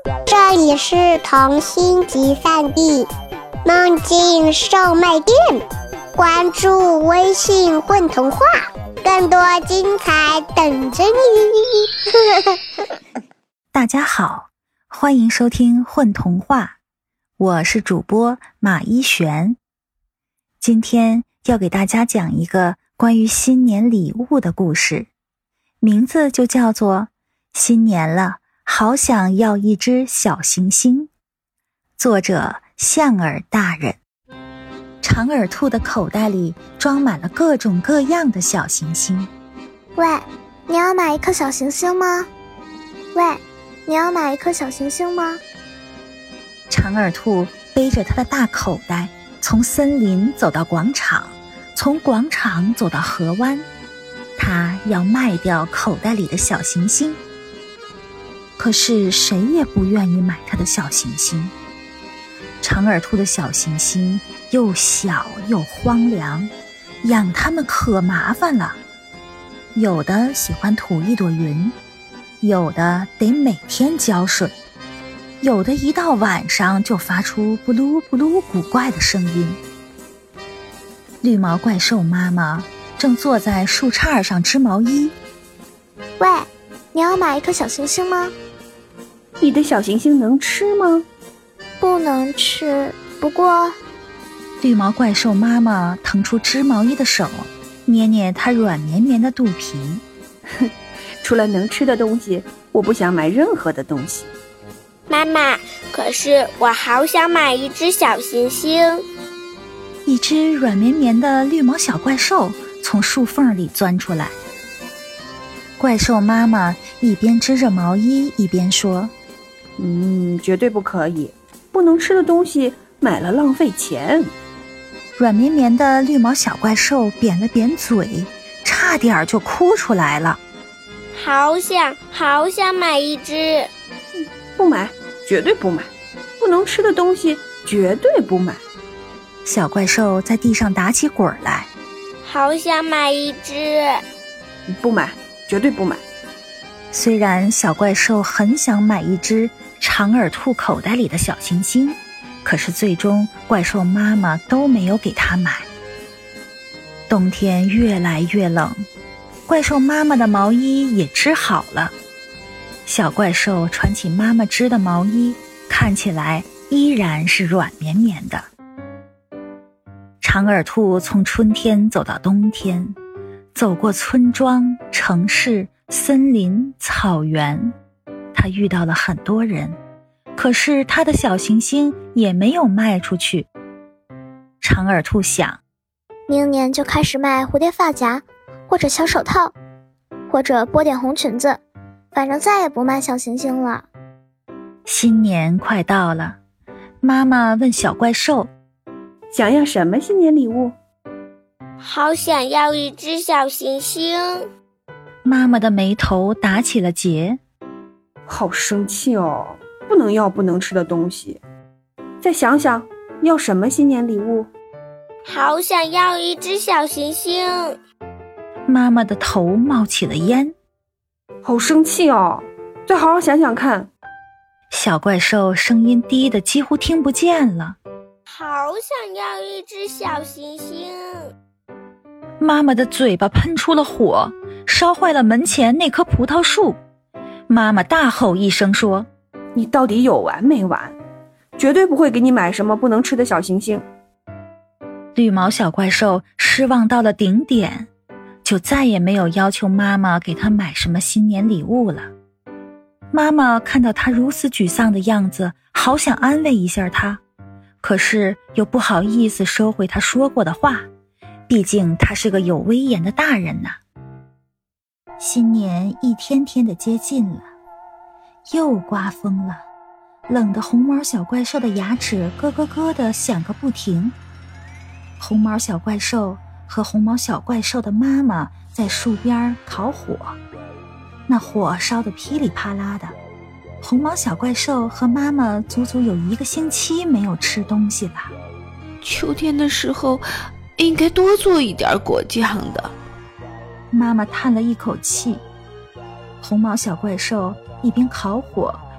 这里是童心集散地梦境售卖店，关注微信混童话，更多精彩等着你。 大家好，欢迎收听混童话，我是主播马一璇。今天要给大家讲一个关于新年礼物的故事，名字就叫做新年了，好想要一只小行星。作者象儿大人。长耳兔的口袋里装满了各种各样的小行星。 喂，你要买一颗小行星吗？喂，你要买一颗小行星吗？ 长耳兔背着他的大口袋，从森林走到广场，从广场走到河湾。他要卖掉口袋里的小行星，可是谁也不愿意买他的小行星。长耳兔的小行星又小又荒凉，养它们可麻烦了。有的喜欢吐一朵云，有的得每天浇水，有的一到晚上就发出布噜布噜古怪的声音。绿毛怪兽妈妈正坐在树杈上织毛衣。 喂，你要买一颗小行星吗？ 你的小行星能吃吗？ 不能吃，不过…… 绿毛怪兽妈妈腾出织毛衣的手，捏捏它软绵绵的肚皮。 除了能吃的东西，我不想买任何的东西。 妈妈，可是我好想买一只小行星。 一只软绵绵的绿毛小怪兽从树缝里钻出来。怪兽妈妈一边织着毛衣一边说： 绝对不可以，不能吃的东西买了浪费钱。 软绵绵的绿毛小怪兽扁了扁嘴，差点就哭出来了。 好想买一只。 不买，绝对不买，不能吃的东西绝对不买。 小怪兽在地上打起滚来。 好想买一只。 不买，绝对不买。 虽然小怪兽很想买一只长耳兔口袋里的小行星，可是最终怪兽妈妈都没有给它买。冬天越来越冷，怪兽妈妈的毛衣也织好了。小怪兽穿起妈妈织的毛衣，看起来依然是软绵绵的。长耳兔从春天走到冬天，走过村庄、城市、森林、草原，他遇到了很多人，可是他的小行星也没有卖出去。长耳兔想， 明年就开始卖蝴蝶发夹，或者小手套，或者波点红裙子，反正再也不卖小行星了。 新年快到了，妈妈问小怪兽， 想要什么新年礼物？ 好想要一只小行星。 妈妈的眉头打起了结。 好生气哦，不能要不能吃的东西。再想想，要什么新年礼物？ 好想要一只小行星。 妈妈的头冒起了烟。 好生气哦，再好好想想看。 小怪兽声音低得几乎听不见了。 好想要一只小行星。 妈妈的嘴巴喷出了火，烧坏了门前那棵葡萄树。妈妈大吼一声说： 你到底有完没完？绝对不会给你买什么不能吃的小行星。 绿毛小怪兽失望到了顶点，就再也没有要求妈妈给他买什么新年礼物了。妈妈看到他如此沮丧的样子，好想安慰一下他，可是又不好意思收回他说过的话，毕竟他是个有威严的大人呐。新年一天天的接近了，又刮风了，冷得红毛小怪兽的牙齿咯咯咯地响个不停。红毛小怪兽和红毛小怪兽的妈妈在树边烤火，那火烧得噼里啪啦的。红毛小怪兽和妈妈足足有1个星期没有吃东西了。 秋天的时候应该多做一点果酱的。 妈妈叹了一口气。红毛小怪兽一边烤火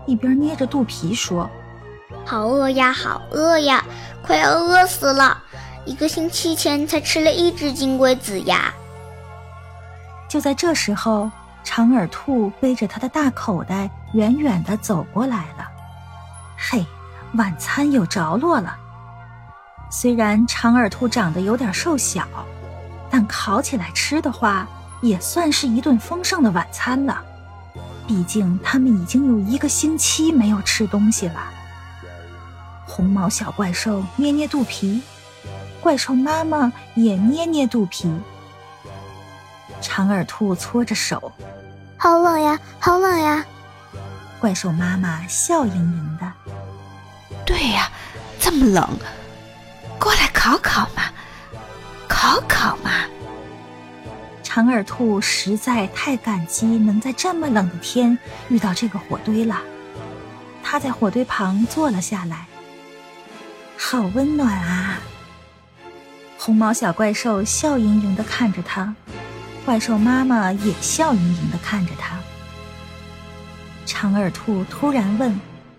一边捏着肚皮说： 好饿呀，好饿呀，快要饿死了！1个星期前才吃了1只金龟子呀。 就在这时候，长耳兔背着他的大口袋远远地走过来了。嘿，晚餐有着落了。虽然长耳兔长得有点瘦小，但烤起来吃的话，也算是一顿丰盛的晚餐了。毕竟他们已经有1个星期没有吃东西了。红毛小怪兽捏捏肚皮，怪兽妈妈也捏捏肚皮。长耳兔搓着手， 好冷呀，好冷呀。 怪兽妈妈笑盈盈的。 对呀，这么冷，过来烤烤嘛，烤烤嘛。 长耳兔实在太感激能在这么冷的天遇到这个火堆了。他在火堆旁坐了下来。好温暖啊！红毛小怪兽笑盈盈地看着他，怪兽妈妈也笑盈盈地看着他。长耳兔突然问：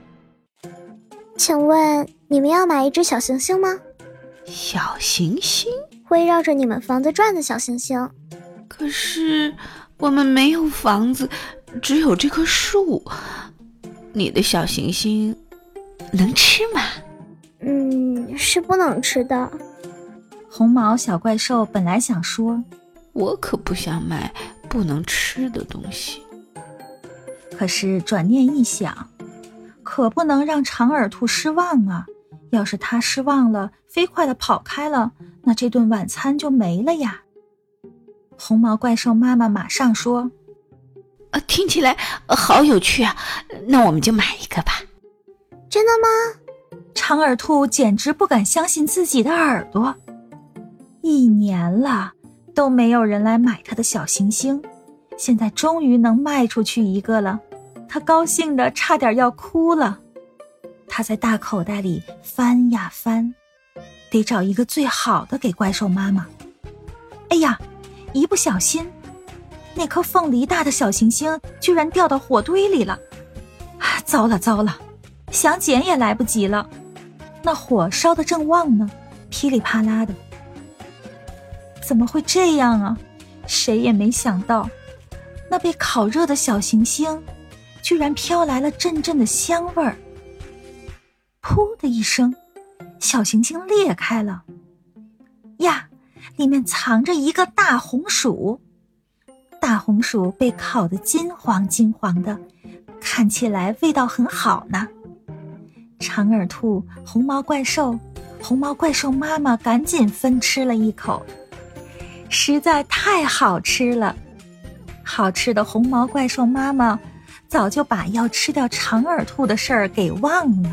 请问你们要买1只小行星吗？ 小行星？ 会绕着你们房子转的小行星。 可是我们没有房子，只有这棵树。你的小行星能吃吗？ 是不能吃的。 红毛小怪兽本来想说， 我可不想买不能吃的东西。 可是转念一想，可不能让长耳兔失望啊！要是他失望了，飞快地跑开了，那这顿晚餐就没了呀。红毛怪兽妈妈马上说： 听起来好有趣啊，那我们就买一个吧。 真的吗？ 长耳兔简直不敢相信自己的耳朵。1年了都没有人来买他的小行星，现在终于能卖出去1个了，他高兴得差点要哭了。他在大口袋里翻呀翻，得找一个最好的给怪兽妈妈。哎呀，一不小心，那颗凤梨大的小行星居然掉到火堆里了。糟了糟了，想捡也来不及了。那火烧得正旺呢，噼里啪啦的。怎么会这样啊？谁也没想到，那被烤热的小行星居然飘来了阵阵的香味儿。噗的一声，小行星裂开了。呀，里面藏着一个大红薯。大红薯被烤得金黄金黄的，看起来味道很好呢。长耳兔、红毛怪兽妈妈赶紧分吃了一口，实在太好吃了。好吃的红毛怪兽妈妈早就把要吃掉长耳兔的事儿给忘了。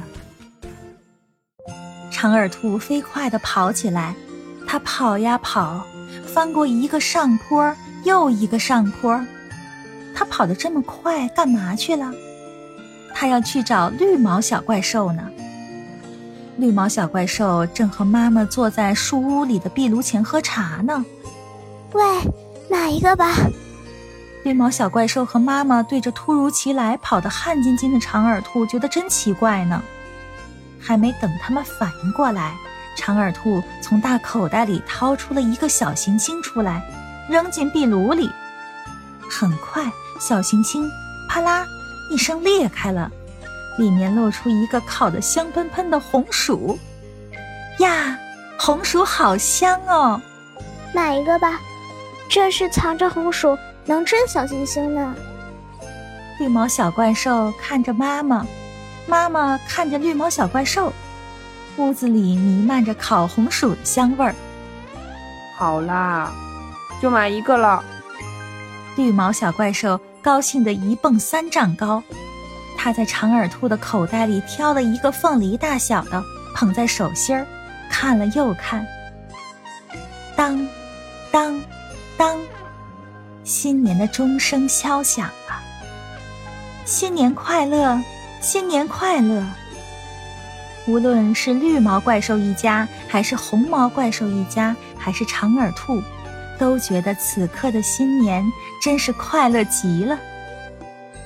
长耳兔飞快地跑起来，它跑呀跑，翻过1个上坡又1个上坡。它跑得这么快干嘛去了？它要去找绿毛小怪兽呢。绿毛小怪兽正和妈妈坐在树屋里的壁炉前喝茶呢。 喂，买一个吧。 绿毛小怪兽和妈妈对着突如其来跑得汗津津的长耳兔觉得真奇怪呢。还没等他们反应过来，长耳兔从大口袋里掏出了1个小行星出来，扔进壁炉里。很快，小行星啪啦一声裂开了，里面露出1个烤得香喷喷的红薯。呀，红薯好香哦！ 买一个吧，这是藏着红薯能吃的小行星呢。 绿毛小怪兽看着妈妈，妈妈看着绿毛小怪兽，屋子里弥漫着烤红薯的香味儿。 好啦，就买1个了。 绿毛小怪兽高兴得1蹦3丈高，他在长耳兔的口袋里挑了1个凤梨大小的，捧在手心儿，看了又看。当当当，新年的钟声敲响了。新年快乐，新年快乐！无论是绿毛怪兽一家，还是红毛怪兽一家，还是长耳兔，都觉得此刻的新年真是快乐极了。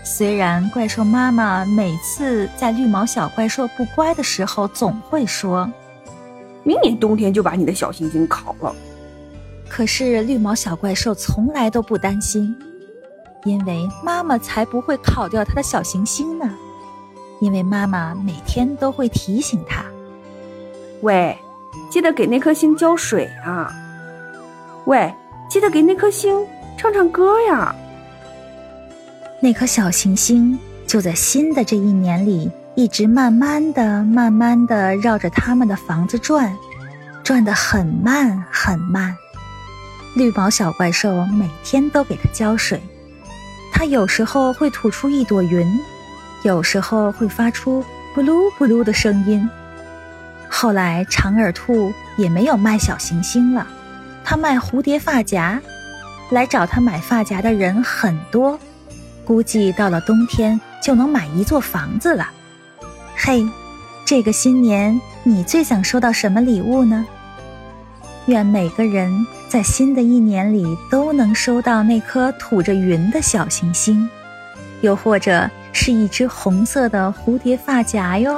虽然怪兽妈妈每次在绿毛小怪兽不乖的时候总会说， 明年冬天就把你的小行星烤了。 可是绿毛小怪兽从来都不担心，因为妈妈才不会烤掉它的小行星呢。因为妈妈每天都会提醒它， 喂，记得给那颗星浇水啊。喂，记得给那颗星唱唱歌呀。 那颗小行星就在新的这一年里，一直慢慢的绕着他们的房子转，转得很慢很慢。绿毛小怪兽每天都给它浇水，它有时候会吐出一朵云，有时候会发出布噜布噜的声音。后来长耳兔也没有卖小行星了，它卖蝴蝶发夹，来找它买发夹的人很多，估计到了冬天就能买一座房子了。嘿，这个新年你最想收到什么礼物呢？愿每个人在新的一年里都能收到那颗吐着云的小行星，又或者是一只红色的蝴蝶发夹哟。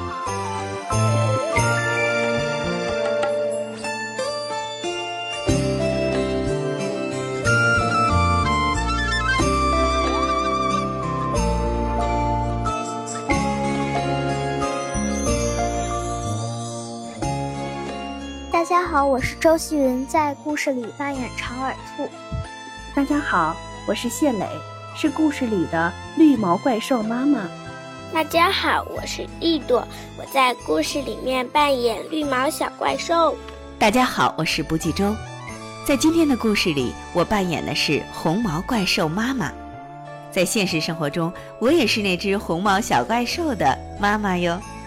大家好，我是周希云，在故事里扮演长耳兔。 大家好，我是谢磊，是故事里的绿毛怪兽妈妈。 大家好，我是一朵，我在故事里面扮演绿毛小怪兽。 大家好，我是不记周，在今天的故事里，我扮演的是红毛怪兽妈妈。在现实生活中，我也是那只红毛小怪兽的妈妈哟。